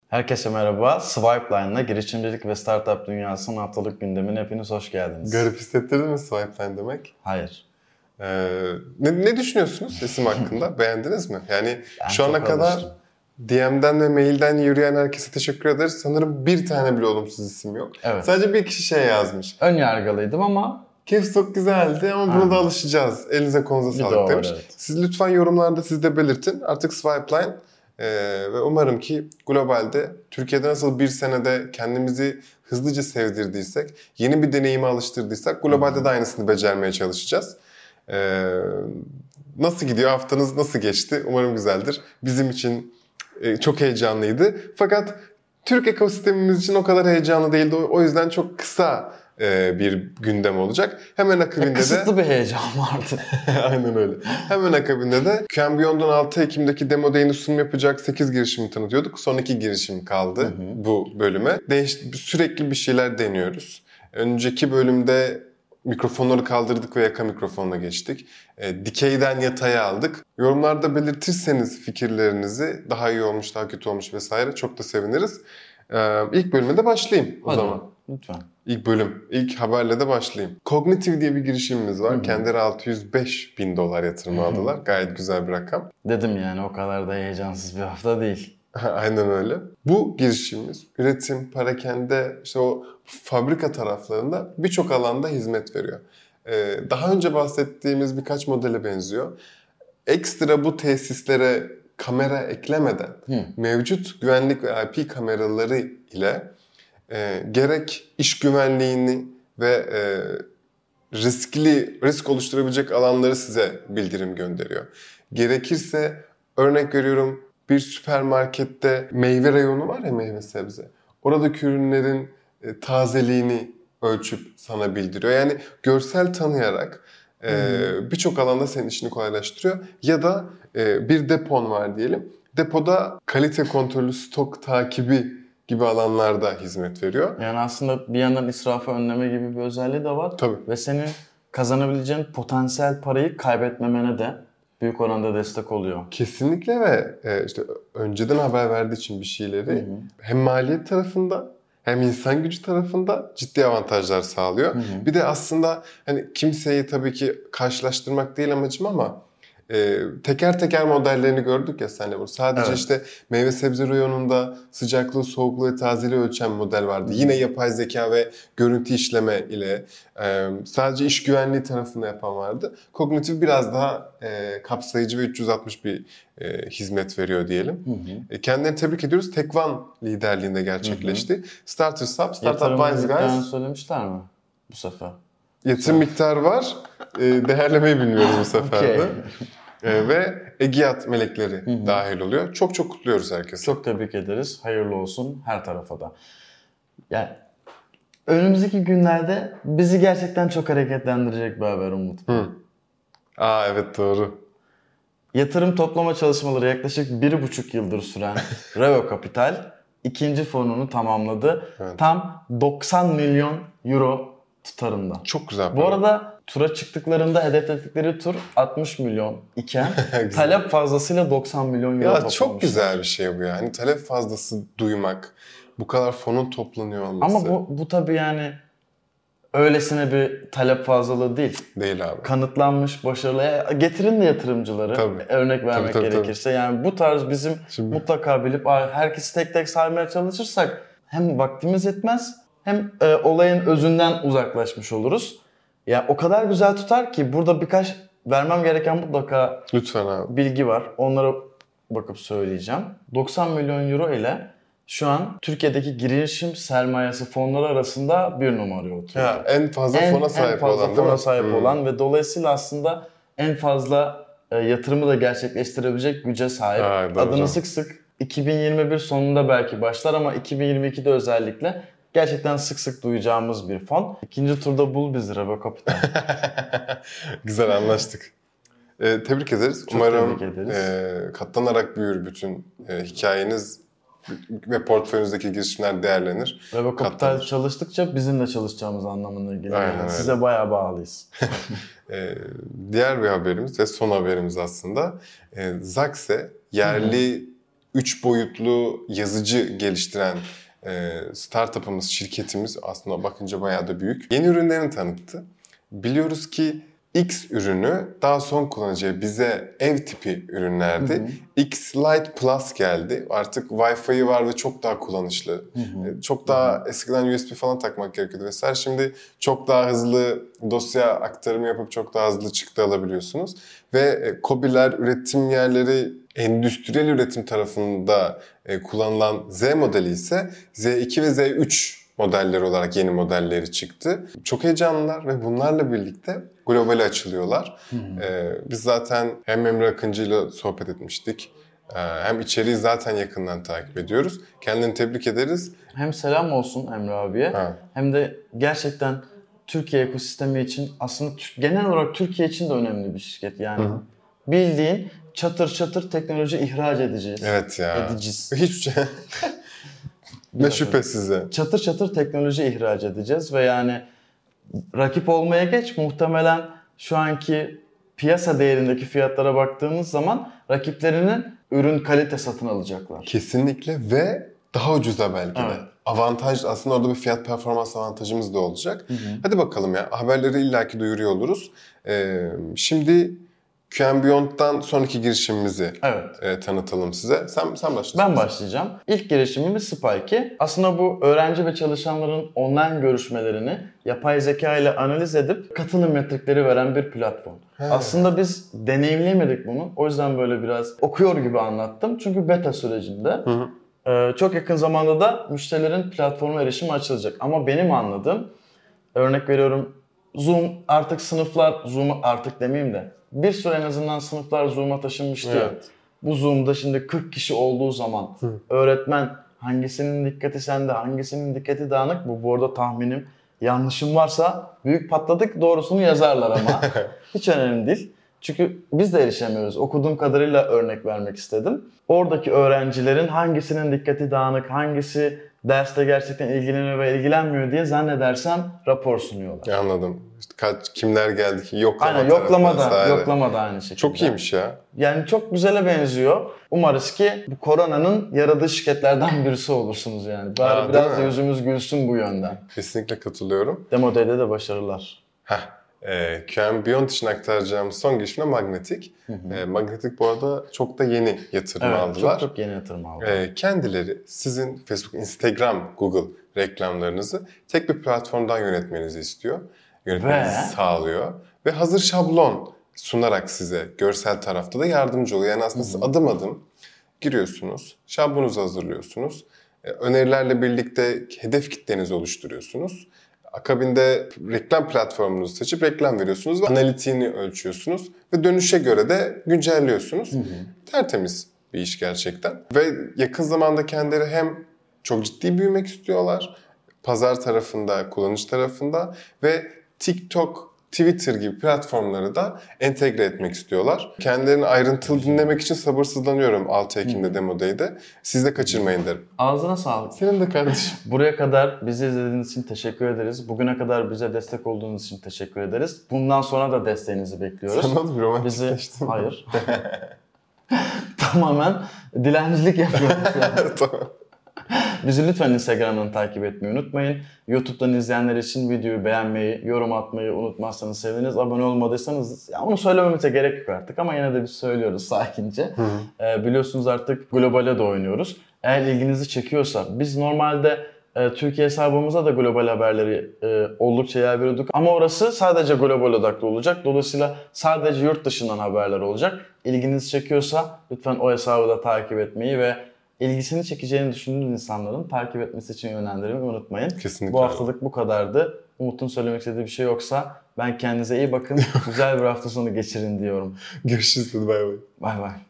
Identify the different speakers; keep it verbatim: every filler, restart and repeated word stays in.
Speaker 1: Herkese merhaba. Swipeline'la girişimcilik ve startup dünyasının haftalık gündemine hepiniz hoş geldiniz.
Speaker 2: Garip hissettirdi mi Swipeline demek?
Speaker 1: Hayır.
Speaker 2: Ee, ne, ne düşünüyorsunuz isim hakkında? Beğendiniz mi? Yani
Speaker 1: Ben
Speaker 2: şu ana kadar
Speaker 1: alıştım.
Speaker 2: D M'den ve mailden yürüyen herkese teşekkür ederiz. Sanırım bir tane bile olumsuz isim yok.
Speaker 1: Evet.
Speaker 2: Sadece bir kişi şey yazmış.
Speaker 1: Ön yargılıydım ama
Speaker 2: Caps çok güzeldi ama buna
Speaker 1: Aynen.
Speaker 2: da alışacağız. Elinize kolunuza
Speaker 1: Bir
Speaker 2: sağlık
Speaker 1: de o var,
Speaker 2: demiş.
Speaker 1: evet.
Speaker 2: Siz lütfen yorumlarda siz de belirtin. Artık Swipeline e, ve umarım ki globalde Türkiye'de nasıl bir senede kendimizi hızlıca sevdirdiysek, yeni bir deneyime alıştırdıysak globalde de aynısını becermeye çalışacağız. E, nasıl gidiyor? Haftanız nasıl geçti? Umarım güzeldir. Bizim için e, çok heyecanlıydı. Fakat Türk ekosistemimiz için o kadar heyecanlı değildi. O, o yüzden çok kısa bir gündem olacak. Hemen akabinde de...
Speaker 1: Kısıtlı bir heyecan vardı.
Speaker 2: Aynen öyle. Hemen akabinde de Q and Beyond'un altı Ekim'deki Demo Day'ini sunum yapacak sekiz girişimi tanıtıyorduk. Son iki girişim kaldı hı hı. bu bölüme. Değiş, sürekli bir şeyler deniyoruz. Önceki bölümde mikrofonları kaldırdık ve yaka mikrofonla geçtik. E, dikeyden yataya aldık. Yorumlarda belirtirseniz fikirlerinizi daha iyi olmuş, daha kötü olmuş vesaire çok da seviniriz. E, ilk bölüme de başlayayım o
Speaker 1: Hadi,
Speaker 2: zaman.
Speaker 1: lütfen.
Speaker 2: İlk bölüm, ilk haberle de başlayayım. Cognitive diye bir girişimimiz var. Hı-hı. Kendileri altı yüz beş bin dolar yatırım aldılar. Gayet güzel bir rakam.
Speaker 1: Dedim yani o kadar da heyecansız bir hafta değil.
Speaker 2: Aynen öyle. Bu girişimimiz üretim, parakende, işte o fabrika taraflarında birçok alanda hizmet veriyor. Ee, daha önce bahsettiğimiz birkaç modele benziyor. Ekstra bu tesislere kamera eklemeden Hı. mevcut güvenlik ve I P kameraları ile e, gerek iş güvenliğini ve e, riskli risk oluşturabilecek alanları size bildirim gönderiyor. Gerekirse örnek veriyorum bir süpermarkette meyve reyonu var ya, meyve sebze. Oradaki ürünlerin e, tazeliğini ölçüp sana bildiriyor. Yani görsel tanıyarak e, hmm. birçok alanda senin işini kolaylaştırıyor. Ya da e, bir depon var diyelim. Depoda kalite kontrolü, stok takibi gibi alanlarda hizmet veriyor.
Speaker 1: Yani aslında bir yandan israfı önleme gibi bir özelliği de var.
Speaker 2: Tabii.
Speaker 1: Ve senin kazanabileceğin potansiyel parayı kaybetmemene de büyük oranda destek oluyor.
Speaker 2: Kesinlikle ve e, işte önceden haber verdiği için bir şeyleri hı hı. hem maliyet tarafında hem insan gücü tarafında ciddi avantajlar sağlıyor. Hı hı. Bir de aslında hani kimseyi tabii ki karşılaştırmak değil amacım ama e, teker teker modellerini gördük ya senle bunu. Sadece evet. işte meyve sebze reyonunda sıcaklığı, soğukluğu ve tazeliği ölçen model vardı. Hı. Yine yapay zeka ve görüntü işleme ile e, sadece iş güvenliği tarafında yapan vardı. Cognitive biraz daha e, kapsayıcı ve üç yüz altmış bir e, hizmet veriyor diyelim. Hı hı. E, kendilerini tebrik ediyoruz. Tekvan liderliğinde gerçekleşti. Hı hı. Starters Hub, Startup Wise Guys.
Speaker 1: Söylemişler mi bu sefer?
Speaker 2: Yatırım miktarı var. E, değerlemeyi bilmiyoruz bu sefer de. Okay. E, ve Egiyat melekleri hı hı. dahil oluyor. Çok çok kutluyoruz herkese.
Speaker 1: Çok tebrik ederiz. Hayırlı olsun her tarafa da. Yani önümüzdeki günlerde bizi gerçekten çok hareketlendirecek bir haber Umut.
Speaker 2: Hı. Aa evet doğru.
Speaker 1: Yatırım toplama çalışmaları yaklaşık bir buçuk yıldır süren Revo Capital ikinci fonunu tamamladı. Evet. Tam doksan milyon euro tutarında.
Speaker 2: Çok güzel.
Speaker 1: Bu arada tura çıktıklarında hedefledikleri tur altmış milyon iken talep fazlasıyla doksan milyon euro toplamışlar.
Speaker 2: Ya çok güzel bir şey bu yani. Talep fazlası duymak, bu kadar fonun toplanıyor olması.
Speaker 1: Ama bu, bu tabii yani öylesine bir talep fazlalığı değil.
Speaker 2: Değil abi.
Speaker 1: Kanıtlanmış, başarılı. Getirin de yatırımcıları. Tabii. Örnek vermek tabii, tabii, gerekirse. Tabii. Yani bu tarz bizim Şimdi... mutlaka bilip herkesi tek tek saymaya çalışırsak hem vaktimiz yetmez hem e, olayın özünden uzaklaşmış oluruz. Ya yani o kadar güzel tutar ki burada birkaç vermem gereken mutlaka
Speaker 2: Lütfen abi.
Speaker 1: bilgi var. Onlara bakıp söyleyeceğim. doksan milyon euro ile şu an Türkiye'deki girişim sermayesi fonları arasında bir numaraya oturuyor.
Speaker 2: Ya, en fazla en, fona sahip
Speaker 1: en fazla
Speaker 2: olan
Speaker 1: fona
Speaker 2: değil mi?
Speaker 1: sahip
Speaker 2: hmm.
Speaker 1: olan ve dolayısıyla aslında en fazla e, yatırımı da gerçekleştirebilecek güce sahip.
Speaker 2: Ha,
Speaker 1: Adını doğru. sık sık iki bin yirmi bir sonunda belki başlar ama iki bin yirmi ikide özellikle gerçekten sık sık duyacağımız bir fon. İkinci turda bul bizi Revo Capital.
Speaker 2: Güzel anlaştık. Ee, tebrik ederiz.
Speaker 1: Çok
Speaker 2: Umarım
Speaker 1: tebrik ederiz.
Speaker 2: E, katlanarak büyür bütün e, hikayeniz ve portföyünüzdeki girişimler değerlenir.
Speaker 1: Revo Capital çalıştıkça bizim de çalışacağımız anlamına geliyor. Yani size bayağı bağlıyız.
Speaker 2: ee, diğer bir haberimiz ve son haberimiz aslında. Ee, Zaxxe yerli üç boyutlu yazıcı geliştiren e, startup'ımız, şirketimiz aslında bakınca bayağı da büyük. Yeni ürünlerini tanıttı. Biliyoruz ki X ürünü daha son kullanıcıya bize ev tipi ürünlerdi. Hı hı. X Lite Plus geldi. Artık Wi-Fi'yi var ve çok daha kullanışlı. Hı hı. Çok daha hı hı. eskiden U S B falan takmak gerekiyordu vesaire. Şimdi çok daha hızlı dosya aktarımı yapıp çok daha hızlı çıktı alabiliyorsunuz. Ve KOBİ'ler, üretim yerleri, endüstriyel üretim tarafında kullanılan Z modeli ise Z iki ve Z üç modeller olarak yeni modelleri çıktı. Çok heyecanlılar ve bunlarla birlikte globale açılıyorlar. Hmm. Ee, biz zaten hem Emre Akıncı ile sohbet etmiştik. Ee, hem içeriği zaten yakından takip ediyoruz. Kendini tebrik ederiz.
Speaker 1: Hem selam olsun Emre abiye ha. hem de gerçekten Türkiye ekosistemi için aslında genel olarak Türkiye için de önemli bir şirket. Yani Hı. bildiğin çatır çatır teknoloji ihraç edeceğiz.
Speaker 2: Evet ya.
Speaker 1: Edeceğiz.
Speaker 2: Hiçbir şey. Ne şüphesiz.
Speaker 1: Çatır çatır teknoloji ihraç edeceğiz ve yani rakip olmaya geç, muhtemelen şu anki piyasa değerindeki fiyatlara baktığımız zaman rakiplerinin ürün kalite satın alacaklar.
Speaker 2: Kesinlikle ve daha ucuza belki de. Evet. Avantaj, aslında orada bir fiyat performans avantajımız da olacak. Hı hı. Hadi bakalım ya, haberleri illaki duyuruyor oluruz. Ee, şimdi Q and Beyond'dan sonraki girişimimizi evet. e, tanıtalım size. Sen sen başla.
Speaker 1: Ben başlayacağım. İlk girişimimiz Spike. Aslında bu öğrenci ve çalışanların online görüşmelerini yapay zeka ile analiz edip katılım metrikleri veren bir platform. He. Aslında biz deneyimleyemedik bunu. O yüzden böyle biraz okuyor gibi anlattım. Çünkü beta sürecinde. Hı hı. Ee, çok yakın zamanda da müşterilerin platforma erişimi açılacak. Ama benim anladığım, örnek veriyorum, Zoom artık sınıflar, Zoom artık demeyeyim de bir süre en azından sınıflar Zoom'a taşınmıştı. Evet. Bu Zoom'da şimdi kırk kişi olduğu zaman Hı. öğretmen hangisinin dikkati sende, hangisinin dikkati dağınık, bu bu arada tahminim. Yanlışım varsa büyük patladık, doğrusunu yazarlar ama hiç önemli değil. Çünkü biz de erişemiyoruz. Okuduğum kadarıyla örnek vermek istedim. Oradaki öğrencilerin hangisinin dikkati dağınık, hangisi derste gerçekten ilgileniyor ve ilgilenmiyor diye zannedersem rapor sunuyorlar.
Speaker 2: Anladım. İşte kaç, kimler geldi ki yoklama
Speaker 1: Aynen, yoklama da, yoklama da aynı şekilde.
Speaker 2: Çok iyiymiş ya.
Speaker 1: Yani çok güzele benziyor. Umarız ki bu koronanın yaradığı şirketlerden birisi olursunuz yani. Bari Aa, biraz da yüzümüz gülsün bu yönden.
Speaker 2: Kesinlikle katılıyorum.
Speaker 1: Demo Day'de de başarılar.
Speaker 2: Heh. E, Q and Beyond için aktaracağımız son girişimde Magnetic. Hı hı. E, Magnetic bu arada çok da yeni yatırım evet, aldılar.
Speaker 1: Çok çok yeni yatırım aldılar.
Speaker 2: E, kendileri sizin Facebook, Instagram, Google reklamlarınızı tek bir platformdan yönetmenizi istiyor. Yönetmenizi Ve... sağlıyor. Ve hazır şablon sunarak size görsel tarafta da yardımcı oluyor. Yani aslında siz adım adım giriyorsunuz, şablonunuzu hazırlıyorsunuz. E, önerilerle birlikte hedef kitlenizi oluşturuyorsunuz. Akabinde reklam platformunuzu seçip reklam veriyorsunuz ve analitiğini ölçüyorsunuz ve dönüşe göre de güncelliyorsunuz. Hı hı. Tertemiz bir iş gerçekten. Ve yakın zamanda kendileri hem çok ciddi büyümek istiyorlar, pazar tarafında, kullanıcı tarafında ve TikTok, Twitter gibi platformları da entegre etmek istiyorlar. Kendilerini ayrıntılı dinlemek için sabırsızlanıyorum altı Ekim'de Demo Day'de. Siz de kaçırmayın derim.
Speaker 1: Ağzına sağlık.
Speaker 2: Senin de kardeşim.
Speaker 1: Buraya kadar bizi izlediğiniz için teşekkür ederiz. Bugüne kadar bize destek olduğunuz için teşekkür ederiz. Bundan sonra da desteğinizi bekliyoruz.
Speaker 2: Sen nasıl bir romantikleştin?
Speaker 1: Bizi... Hayır. Tamamen dilencilik yapıyoruz. Yani. Tamam. Bizi lütfen Instagram'dan takip etmeyi unutmayın. YouTube'dan izleyenler için videoyu beğenmeyi, yorum atmayı unutmazsanız seviniriz. Abone olmadıysanız, ya onu söylememize gerek yok artık ama yine de biz söylüyoruz sakince. Hı hı. Ee, biliyorsunuz artık globale de oynuyoruz. Eğer ilginizi çekiyorsa, biz normalde e, Türkiye hesabımıza da global haberleri e, oldukça yer veriyorduk. Ama orası sadece global odaklı olacak. Dolayısıyla sadece yurt dışından haberler olacak. İlginizi çekiyorsa lütfen o hesabı da takip etmeyi ve İlgisini çekeceğini düşündüğünüz insanların takip etmesi için yönlendirmeyi unutmayın.
Speaker 2: Kesinlikle.
Speaker 1: Bu haftalık bu kadardı. Umut'un söylemek istediği bir şey yoksa ben kendinize iyi bakın. Güzel bir hafta sonu geçirin diyorum.
Speaker 2: Görüşürüz. Bay bay.
Speaker 1: Bay bay.